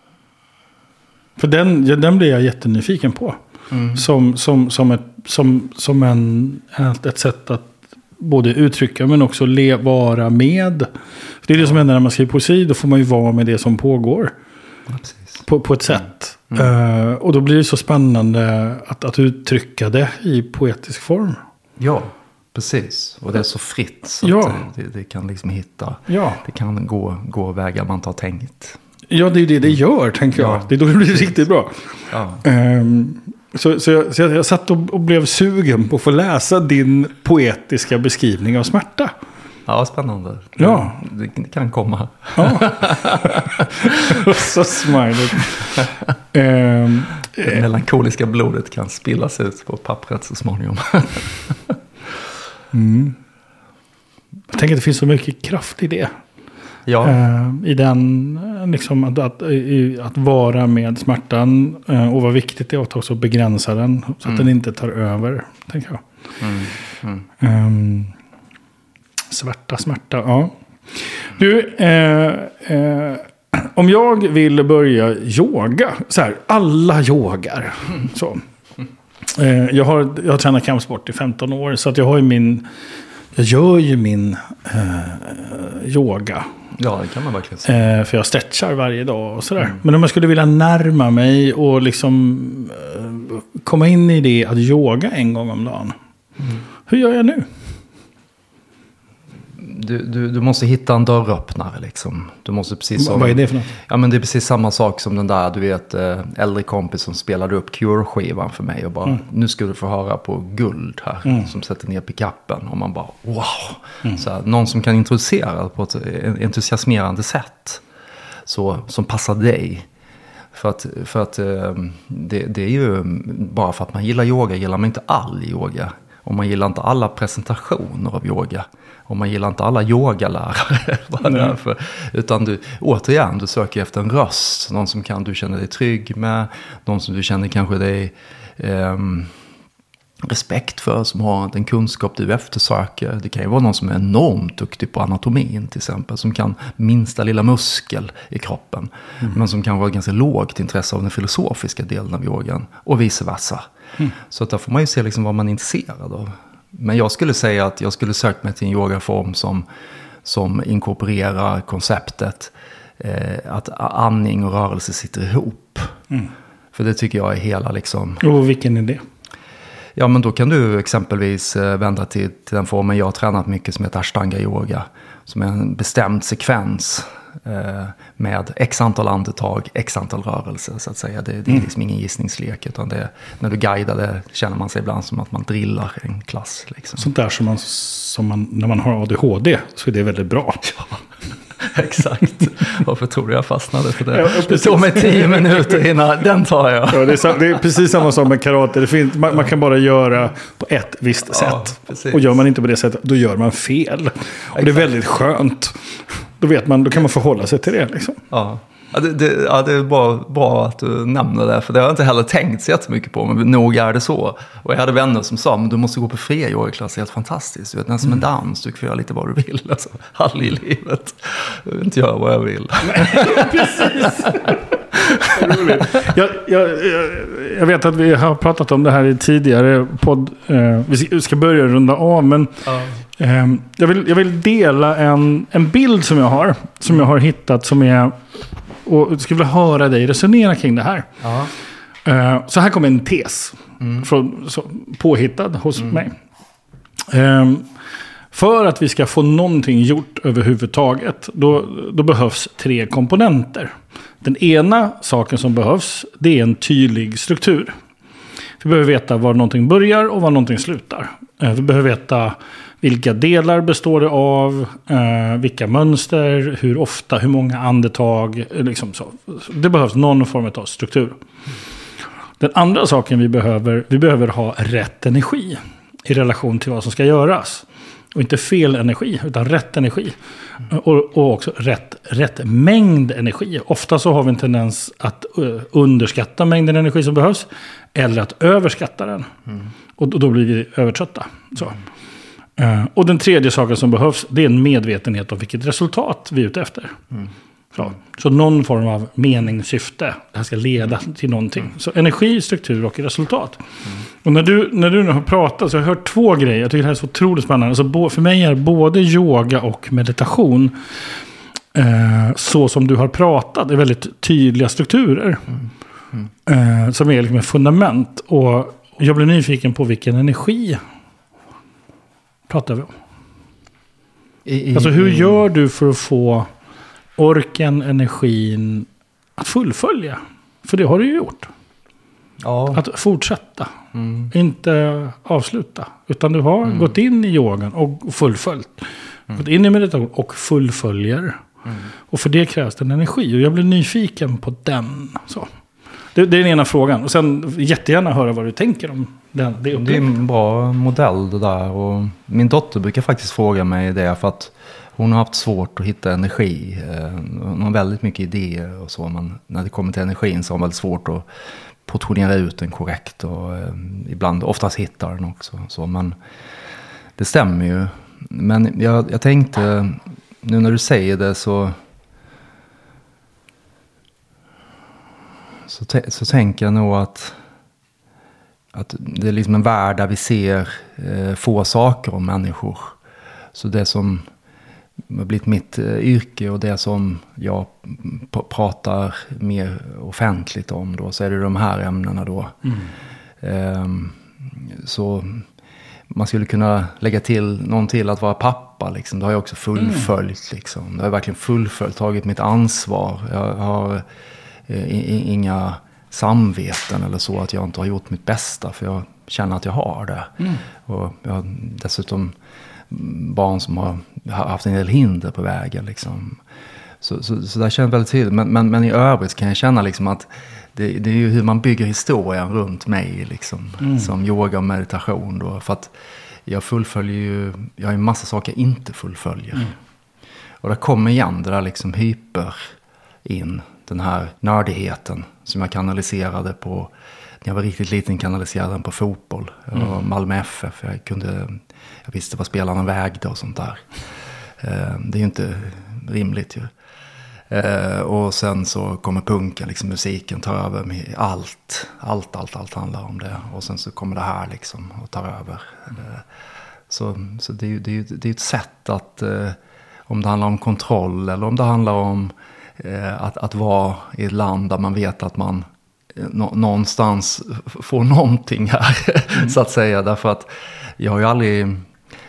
För den, ja, den blir jag jättenyfiken på. Mm. Som, som, som, ett, som, som en, ett sätt att både uttrycka men också le, vara med. För det är det som händer när man skriver poesi. Då får man ju vara med det som pågår. Ja, precis. På, på ett sätt. Mm. Uh, och då blir det så spännande att, att uttrycka det i poetisk form. Ja, precis. Och det är så fritt så ja. att det, det kan liksom hitta, ja. det kan gå, gå vägar man inte har tänkt. Ja, det är det det gör, tänker jag. Ja. Det är då det blir riktigt bra. Ja. Um, så så, jag, så jag, jag satt och, och blev sugen på att få läsa din poetiska beskrivning av smärta. Ja, spännande. Ja. Det, det kan komma. Ja. Så smidigt. um, det melankoliska blodet kan spillas ut på pappret så småningom. mm. Jag tänker att det finns så mycket kraft i det. Ja. Uh, I den, liksom, att, att, i, att vara med smärtan uh, och vad viktigt det är att också begränsa den så att mm. den inte tar över, tänker jag. Mm. Mm. Um, Svarta smärta, ja. Du, eh, eh, om jag vill börja yoga, så här, alla yogar, så. Eh, jag har, jag har tränat kampsport i femton år, så att jag har ju min, jag gör ju min eh, yoga. Ja, det kan man verkligen säga. Eh, för jag stretchar varje dag och sådär. Mm. Men om jag skulle vilja närma mig och liksom eh, komma in i det att yoga en gång om dagen. Mm. Hur gör jag nu? Du, du, du måste hitta en dörröppnare liksom. Du måste precis som, vad är det för något? Ja, men det är precis samma sak som den där, du vet, äldre kompis som spelade upp Cure-skivan för mig och bara, mm. nu ska du få höra på Guld här, mm. som sätter ner pickuppen och man bara, wow. Mm. Så här, någon som kan introducera på ett entusiasmerande sätt så, som passar dig. För att, för att det, det är ju bara för att man gillar yoga gillar man inte all yoga. Och man gillar inte alla presentationer av yoga. Och man gillar inte alla yogalärare. Därför. Utan du, återigen, du söker efter en röst. Någon som kan, du känner dig trygg med. Någon som du känner kanske dig eh, respekt för. Som har den kunskap du eftersöker. Det kan ju vara någon som är enormt duktig på anatomin till exempel. Som kan minsta lilla muskel i kroppen. Mm. Men som kan vara ganska lågt intresse av den filosofiska delen av yogan. Och vice versa. Mm. Så att där får man ju se liksom vad man är intresserad av. Men jag skulle säga att jag skulle sökt mig till en yogaform som, som inkorporerar konceptet eh, att andning och rörelse sitter ihop. Mm. För det tycker jag är hela liksom... Och vilken är det? Ja, men då kan du exempelvis eh, vända till, till den formen jag har tränat mycket som heter Ashtanga yoga. Som är en bestämd sekvens eh, med x antal andetag, x antal rörelser så att säga. Det, det är liksom ingen gissningslek, utan det, när du guidar det känner man sig ibland som att man drillar en klass. Liksom. Sånt där som man, som man, när man har A D H D så är det väldigt bra. Ja. Exakt. Varför tror du jag fastnade för det? Ja, det tog mig tio minuter innan. Den tar jag. Ja, det, är sam- det är precis samma som med karate. Det finns, man, man kan bara göra på ett visst ja, sätt. Precis. Och gör man inte på det sättet, då gör man fel. Och Exakt. Det är väldigt skönt. Då vet man, då kan man förhålla sig till det. Liksom. Ja. Ja, det, det, ja, det är bra, bra att du nämner det, för det har jag inte heller tänkt så jättemycket på, men nog är det så. Och jag hade vänner som sa, men du måste gå på fria yogaklass, det är helt fantastiskt. Du vet, nästan som en dans, du kan göra lite vad du vill. Alltså, aldrig i livet. Jag vill inte göra vad jag vill. Precis. jag, jag, jag, jag vet att vi har pratat om det här i tidigare podd. Eh, vi ska börja runda av, men ja. eh, jag, vill, jag vill dela en, en bild som jag har, som jag har hittat, som är... Och jag skulle vilja höra dig resonera kring det här. Ja. Uh, så här kommer en tes. Mm. Från, så, påhittad hos mm. mig. Um, för att vi ska få någonting gjort överhuvudtaget. Då, då behövs tre komponenter. Den ena saken som behövs, det är en tydlig struktur. Vi behöver veta var någonting börjar och var någonting slutar. Uh, vi behöver veta... Vilka delar består det av? Eh, vilka mönster? Hur ofta? Hur många andetag? Liksom så. Det behövs någon form av struktur. Den andra saken vi behöver, vi behöver ha rätt energi i relation till vad som ska göras. Och inte fel energi, utan rätt energi. Mm. Och, och också rätt, rätt mängd energi. Ofta så har vi en tendens att uh, underskatta mängden energi som behövs. Eller att överskatta den. Mm. Och då, då blir vi övertrötta. Så. Mm. Uh, och den tredje saken som behövs, det är en medvetenhet om vilket resultat vi är ute efter. Mm. Så, så någon form av meningssyfte. Det här ska leda till någonting. Mm. Så energi, struktur och resultat. Mm. Och när du, när du nu har pratat så har jag hört två grejer. Jag tycker det här är så otroligt spännande. Alltså, bo, för mig är både yoga och meditation, eh, så som du har pratat, är väldigt tydliga strukturer. Mm. Mm. Eh, som är liksom ett fundament. Och jag blir nyfiken på vilken energi pratar vi om. I, i, alltså hur i, gör du för att få orken, energin att fullfölja? För det har du ju gjort. Ja. Att fortsätta. Mm. Inte avsluta. Utan du har mm. gått in i yogan och fullföljt. Mm. Gått in i meditation och fullföljer. Mm. Och för det krävs det en energi. Och jag blir nyfiken på den. Så. Det, det är den ena frågan. Och sen jättegärna höra vad du tänker om den. Det, det är en bra modell det där. Och min dotter brukar faktiskt fråga mig det, för att hon har haft svårt att hitta energi. Hon har väldigt mycket idéer och så. Men när det kommer till energin så har hon väldigt svårt att portionera ut den korrekt. Och eh, ibland, oftast hittar den också. Så, men det stämmer ju. Men jag, jag tänkte, nu när du säger det så... Så, t- så tänker jag nog att, att det är liksom en värld där vi ser eh, få saker om människor. Så det som har blivit mitt eh, yrke och det som jag p- pratar mer offentligt om då, så är det de här ämnena då. Mm. Eh, så man skulle kunna lägga till någon till att vara pappa. Liksom. Det har jag också fullföljt. Mm. Liksom. Det har jag verkligen fullföljt, tagit mitt ansvar. Jag har... inga samveten eller så att jag inte har gjort mitt bästa, för jag känner att jag har det. Mm. Och jag har dessutom barn som har haft en del hinder på vägen liksom. så, så, så där känner jag väldigt tydligt, men, men, men i övrigt kan jag känna liksom att det, det är ju hur man bygger historien runt mig liksom, mm. som yoga och meditation då, för att jag fullföljer ju, jag har ju en massa saker jag inte fullföljer. Mm. Och där kommer igen det där liksom hyper in, den här nördigheten som jag kanaliserade på, när jag var riktigt liten kanaliserade den på fotboll. Jag var mm. Malmö F F, jag kunde, jag visste vad spelarna vägde och sånt där. Det är ju inte rimligt ju. Och sen så kommer punken, liksom musiken tar över med allt, allt, allt, allt handlar om det. Och sen så kommer det här liksom och tar över. Så, så det är ju det är, det är ett sätt att, om det handlar om kontroll eller om det handlar om Att, att vara i ett land där man vet att man nå, någonstans får någonting här, mm. så att säga. Därför att jag har ju aldrig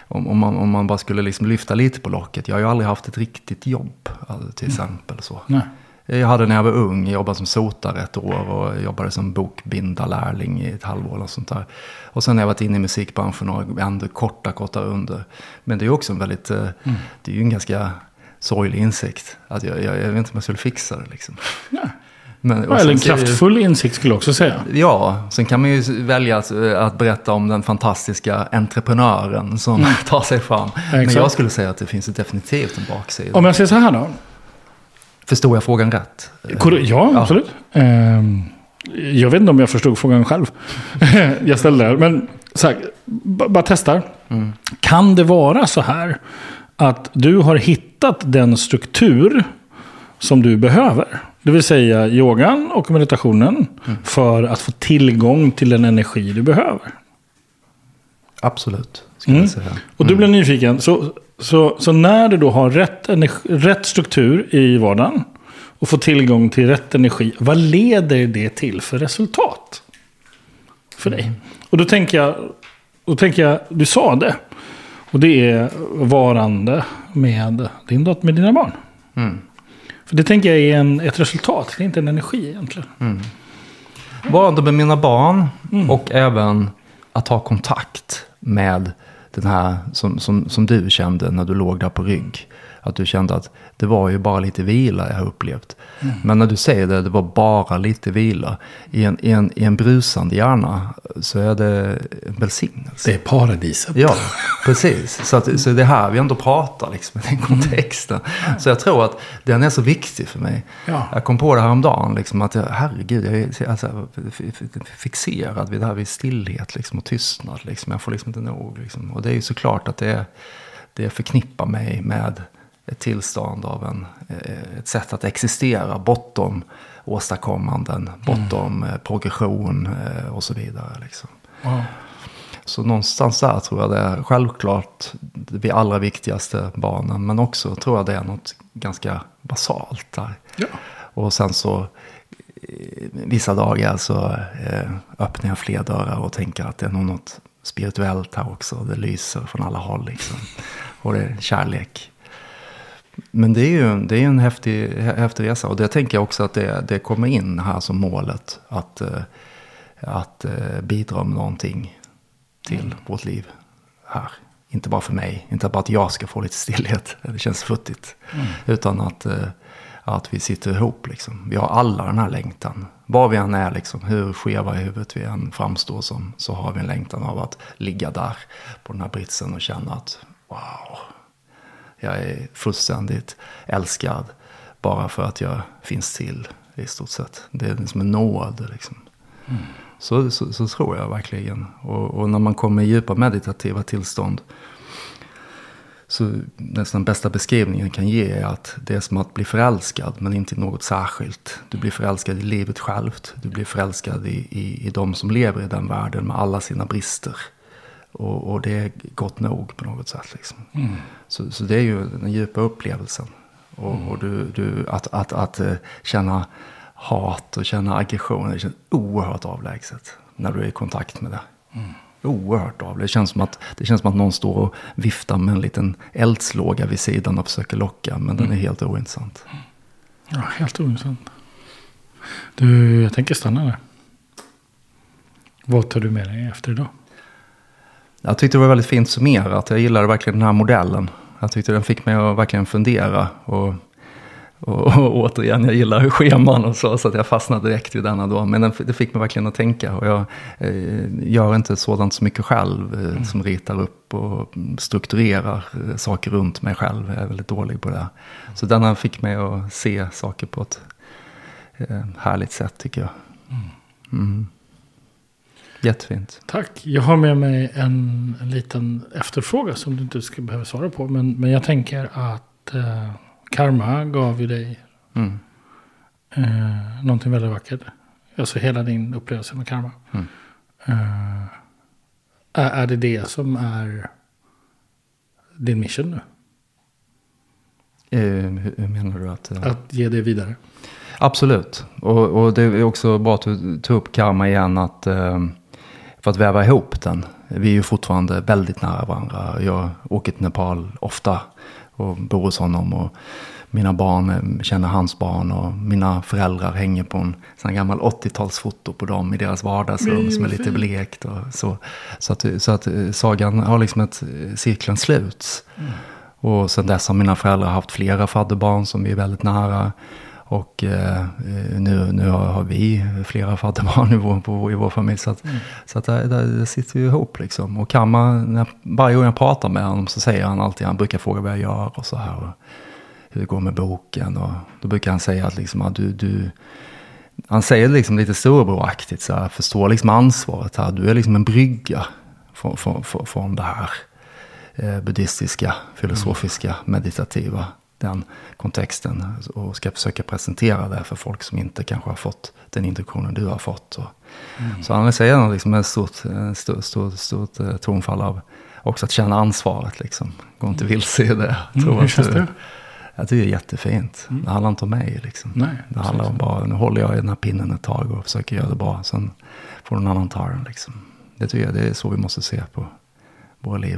om, om, man, om man bara skulle liksom lyfta lite på locket. Jag har ju aldrig haft ett riktigt jobb, alltså, till exempel. Så. Nej. Jag hade när jag var ung, jag jobbade som sotare ett år och jobbade som bokbindarlärling i ett halvår och sånt där. Och sen har jag varit inne i musikbranschen och ändå korta, korta under. Men det är ju också en väldigt, mm. det är ju en ganska sorglig insikt. Att jag, jag, jag vet inte om jag skulle fixa det liksom. Nej. Men, Eller en kraftfull insikt skulle jag också säga. Ja, sen kan man ju välja att, att berätta om den fantastiska entreprenören som mm. tar sig fram. Ja, men jag skulle säga att det finns definitivt en baksida. Om jag säger så här då. Förstår jag frågan rätt? Ja, ja. Absolut. Jag vet inte om jag förstod frågan själv. Jag ställde det. Men så här, b- bara testar. Mm. Kan det vara så här att du har hittat den struktur som du behöver? Det vill säga yogan och meditationen mm. för att få tillgång till den energi du behöver. Absolut, skulle mm. jag säga. Mm. Och du blir nyfiken. Så, så, så när du då har rätt, energi, rätt struktur i vardagen och får tillgång till rätt energi, vad leder det till för resultat för dig? Mm. Och då tänker jag, då tänker jag, du sa det. Och det är varande med, din dot- med dina barn. Mm. För det tänker jag är en, ett resultat, det är inte en energi egentligen. Mm. Varande med mina barn mm. och även att ha kontakt med den här som, som, som du kände när du låg där på rygg. Att du kände att det var ju bara lite vila jag har upplevt. Mm. Men när du säger det, det var bara lite vila. I en, i en, i en brusande hjärna så är det en välsignelse. Det är paradiset. Ja, precis. Så, att, så det är här vi ändå pratar liksom, i den kontexten. Mm. Så jag tror att den är så viktig för mig. Ja. Jag kom på det här om dagen, liksom, att jag, herregud, jag är alltså, fixerad vid det här vid stillhet liksom, och tystnad. Liksom. Jag får liksom inte nog. Liksom. Och det är ju såklart att det, det förknippar mig med ett tillstånd av en, ett sätt att existera bortom åstadkommanden, bortom mm. progression och så vidare. Liksom. Wow. Så någonstans där tror jag det är självklart det allra viktigaste barnen, men också tror jag det är något ganska basalt där. Ja. Och sen så vissa dagar så eh, öppnar jag fler dörrar och tänker att det är nog något spirituellt här också. Det lyser från alla håll liksom. Och det är kärlek. Men det är ju det är en häftig, häftig resa. Och det tänker jag också att det, det kommer in här som målet. Att, att bidra med någonting till mm. vårt liv här. Inte bara för mig. Inte bara att jag ska få lite stillhet. Det känns futtigt. Mm. Utan att, att vi sitter ihop. Liksom. Vi har alla den här längtan. Var vi än är, liksom, hur skeva i huvudet vi än framstår som. Så har vi en längtan av att ligga där på den här britsen och känna att wow. Jag är fullständigt älskad bara för att jag finns till i stort sett. Det är som en nåd. Liksom. Mm. Så, så, så tror jag verkligen. Och, och när man kommer i djupa meditativa tillstånd så nästan bästa beskrivningen kan ge är att det är som att bli förälskad men inte i något särskilt. Du blir förälskad i livet självt. Du blir förälskad i, i, i de som lever i den världen med alla sina brister. Och, och det är gott nog på något sätt. Liksom. Mm. Så, så det är ju den djupa upplevelsen. Och, mm. och du, du, att, att, att, att känna hat och känna aggression, det känns oerhört avlägset när du är i kontakt med det. Mm. Oerhört avlägset. Det känns som att, det känns som att någon står och viftar med en liten eldslåga vid sidan och försöker locka. Men mm. den är helt ointressant. Ja, helt ointressant. Du, jag tänker stanna där. Vad tar du med dig efter idag? Jag tyckte det var väldigt fint summerat. Jag gillade verkligen den här modellen. Jag tyckte den fick mig att verkligen fundera. Och, och, och återigen, jag gillar scheman och så. Så att jag fastnade direkt i denna då. Men den, det fick mig verkligen att tänka. Och jag eh, gör inte sådant så mycket själv. Eh, mm. Som ritar upp och strukturerar eh, saker runt mig själv. Jag är väldigt dålig på det. Så denna fick mig att se saker på ett eh, härligt sätt tycker jag. Mm. Mm. Jättefint. Tack. Jag har med mig en, en liten efterfråga som du inte ska behöva svara på. Men, men jag tänker att eh, karma gav ju dig mm. eh, någonting väldigt vackert. Alltså hela din upplevelse med karma. Mm. Eh, är, är det det som är din mission nu? Eh, hur menar du att... Eh... Att ge det vidare. Absolut. Och, och det är också bra att du tog upp karma igen att... Eh, för att väva ihop den. Vi är ju fortfarande väldigt nära varandra. Jag åker till Nepal ofta och bor hos honom. Och mina barn känner hans barn. Och mina föräldrar hänger på en sån gammal åttiotalsfoto på dem i deras vardagsrum som är lite blekt. Och så så att, så att sagan har liksom ett cirkeln slut. Mm. Och sen dess har mina föräldrar haft flera fadderbarn som är väldigt nära. Och eh, nu, nu har vi flera fadderbarn i vår, på, i vår familj. Så att, mm. så att det, det sitter ju ihop liksom. Och kan man, när, varje gång jag pratar med honom så säger han alltid, han brukar fråga vad jag gör och så här. Och hur det går med boken. Och då brukar han säga att, liksom, att du, du... Han säger liksom lite storebroraktigt så här, förstår liksom ansvaret här. Du är liksom en brygga från, från, från, från det här eh, buddhistiska, filosofiska, mm. meditativa. Den kontexten och ska försöka presentera det för folk som inte kanske har fått den introduktionen du har fått. Och, mm. Så han säger nog liksom ett stort, stort, stort, stort uh, tonfall av också att känna ansvaret liksom. Gå inte vilse i det. Mm, tror hur känns det? Jag tycker det är jättefint. Mm. Det handlar inte om mig liksom. Nej, det handlar om bara, nu håller jag i den här pinnen ett tag och försöker göra det bra. Sen får någon annan ta den liksom. Det tycker jag, det är så vi måste se på våra liv.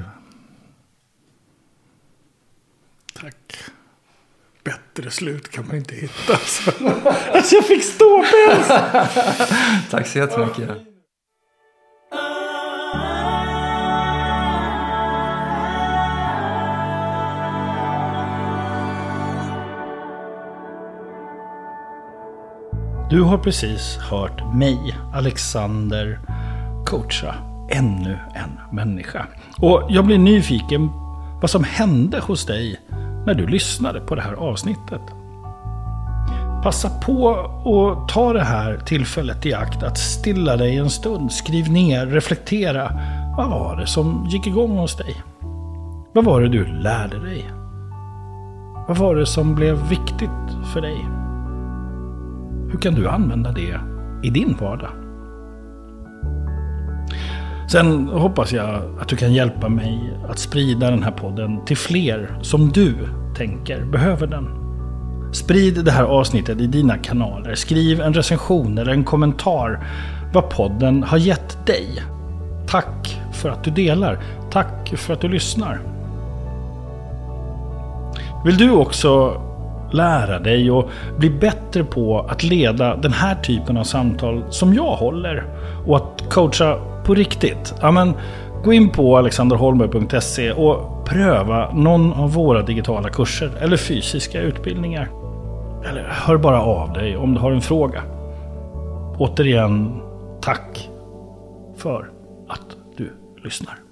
Tack. Bättre slut kan man inte hitta. Alltså jag fick ståpäls. Tack så jättemycket. Du har precis hört mig, Alexander, coacha ännu en människa. Och jag blir nyfiken vad som hände hos dig när du lyssnade på det här avsnittet. Passa på att ta det här tillfället i akt att stilla dig en stund. Skriv ner, reflektera. Vad var det som gick igång hos dig? Vad var det du lärde dig? Vad var det som blev viktigt för dig? Hur kan du använda det i din vardag? Sen hoppas jag att du kan hjälpa mig att sprida den här podden till fler som du tänker behöver den. Sprid det här avsnittet i dina kanaler. Skriv en recension eller en kommentar vad podden har gett dig. Tack för att du delar. Tack för att du lyssnar. Vill du också lära dig och bli bättre på att leda den här typen av samtal som jag håller och att coacha på riktigt? Ja, men gå in på alexander holmberg punkt se och pröva någon av våra digitala kurser eller fysiska utbildningar. Eller hör bara av dig om du har en fråga. Återigen, tack för att du lyssnar.